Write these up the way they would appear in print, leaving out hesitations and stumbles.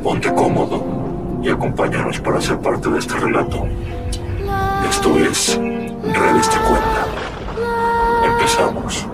Ponte cómodo y acompáñanos para ser parte de este relato. Esto es Redes Te Cuentan. Empezamos.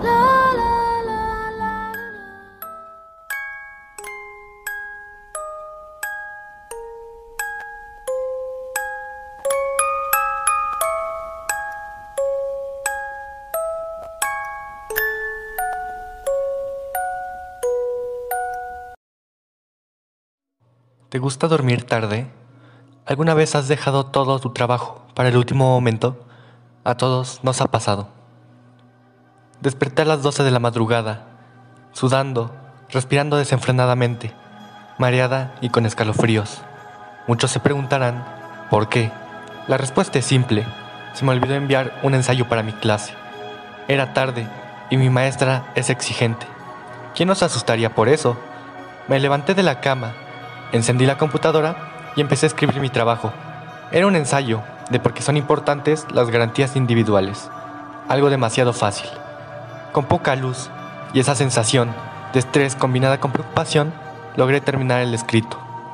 ¿Te gusta dormir tarde? ¿Alguna vez has dejado todo tu trabajo para el último momento? A todos nos ha pasado. Desperté a las 12 de la madrugada, sudando, respirando desenfrenadamente, mareada y con escalofríos. Muchos se preguntarán, ¿por qué? La respuesta es simple. Se me olvidó enviar un ensayo para mi clase. Era tarde y mi maestra es exigente. ¿Quién nos asustaría por eso? Me levanté de la cama, encendí la computadora y empecé a escribir mi trabajo. Era un ensayo de por qué son importantes las garantías individuales. Algo demasiado fácil. Con poca luz y esa sensación de estrés combinada con preocupación, logré terminar el escrito.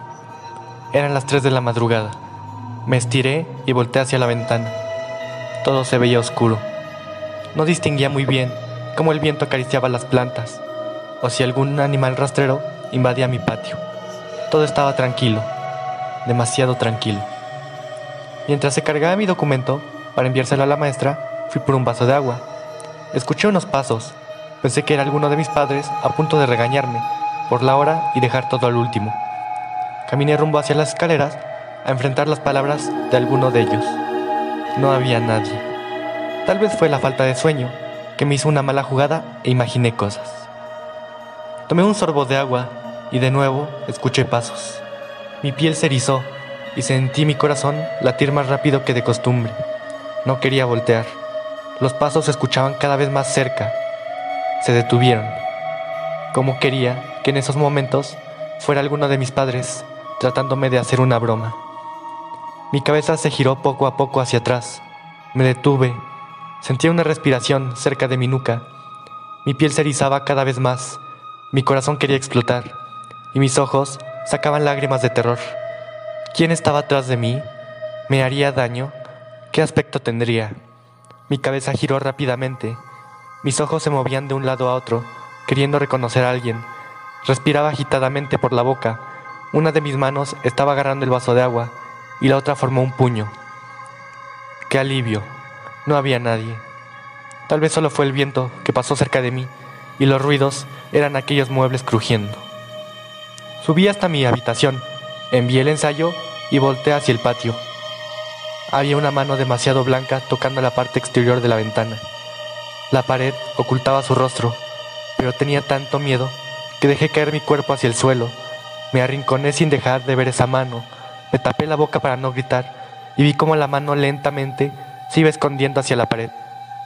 Eran las 3 de la madrugada. Me estiré y volteé hacia la ventana. Todo se veía oscuro. No distinguía muy bien cómo el viento acariciaba las plantas o si algún animal rastrero invadía mi patio. Todo estaba tranquilo, demasiado tranquilo. Mientras se cargaba mi documento para enviárselo a la maestra, fui por un vaso de agua. Escuché unos pasos. Pensé que era alguno de mis padres a punto de regañarme por la hora y dejar todo al último. Caminé rumbo hacia las escaleras a enfrentar las palabras de alguno de ellos. No había nadie. Tal vez fue la falta de sueño que me hizo una mala jugada e imaginé cosas. Tomé un sorbo de agua y de nuevo escuché pasos. Mi piel se erizó y sentí mi corazón latir más rápido que de costumbre. No quería voltear. Los pasos se escuchaban cada vez más cerca. Se detuvieron. Cómo quería que en esos momentos fuera alguno de mis padres tratándome de hacer una broma. Mi cabeza se giró poco a poco hacia atrás. Me detuve. Sentía una respiración cerca de mi nuca. Mi piel se erizaba cada vez más. Mi corazón quería explotar y mis ojos sacaban lágrimas de terror. ¿Quién estaba atrás de mí? ¿Me haría daño? ¿Qué aspecto tendría? Mi cabeza giró rápidamente. Mis ojos se movían de un lado a otro, queriendo reconocer a alguien. Respiraba agitadamente por la boca. Una de mis manos estaba agarrando el vaso de agua y la otra formó un puño. ¡Qué alivio! No había nadie. Tal vez solo fue el viento que pasó cerca de mí y los ruidos eran aquellos muebles crujiendo. Subí hasta mi habitación, envié el ensayo y volteé hacia el patio. Había una mano demasiado blanca tocando la parte exterior de la ventana. La pared ocultaba su rostro, pero tenía tanto miedo que dejé caer mi cuerpo hacia el suelo. Me arrinconé sin dejar de ver esa mano. Me tapé la boca para no gritar y vi cómo la mano lentamente se iba escondiendo hacia la pared.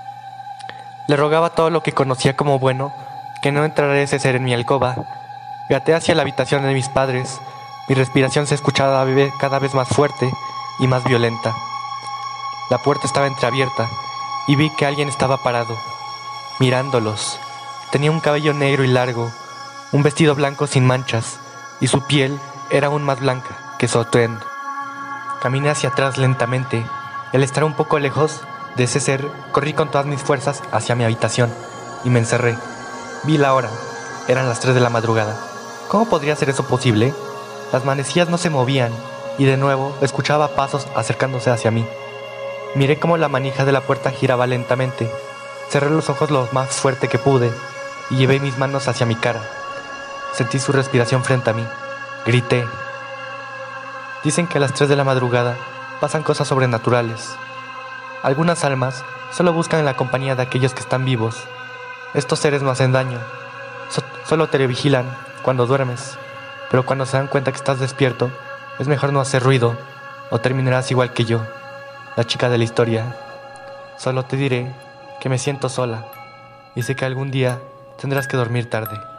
Le rogaba todo lo que conocía como bueno que no entrara ese ser en mi alcoba. Gateé hacia la habitación de mis padres. Mi respiración se escuchaba cada vez más fuerte y más violenta. La puerta estaba entreabierta y vi que alguien estaba parado, mirándolos. Tenía un cabello negro y largo, un vestido blanco sin manchas, y su piel era aún más blanca que su atuendo. Caminé hacia atrás lentamente. Al estar un poco lejos de ese ser, corrí con todas mis fuerzas hacia mi habitación y me encerré. Vi la hora. Eran las 3 de la madrugada. ¿Cómo podría ser eso posible? Las manecillas no se movían y de nuevo escuchaba pasos acercándose hacia mí. Miré cómo la manija de la puerta giraba lentamente. Cerré los ojos lo más fuerte que pude y llevé mis manos hacia mi cara. Sentí su respiración frente a mí. Grité. Dicen que a las 3 de la madrugada pasan cosas sobrenaturales. Algunas almas solo buscan la compañía de aquellos que están vivos. Estos seres no hacen daño. Solo te vigilan cuando duermes. Pero cuando se dan cuenta que estás despierto, es mejor no hacer ruido o terminarás igual que yo, la chica de la historia. Solo te diré que me siento sola y sé que algún día tendrás que dormir tarde.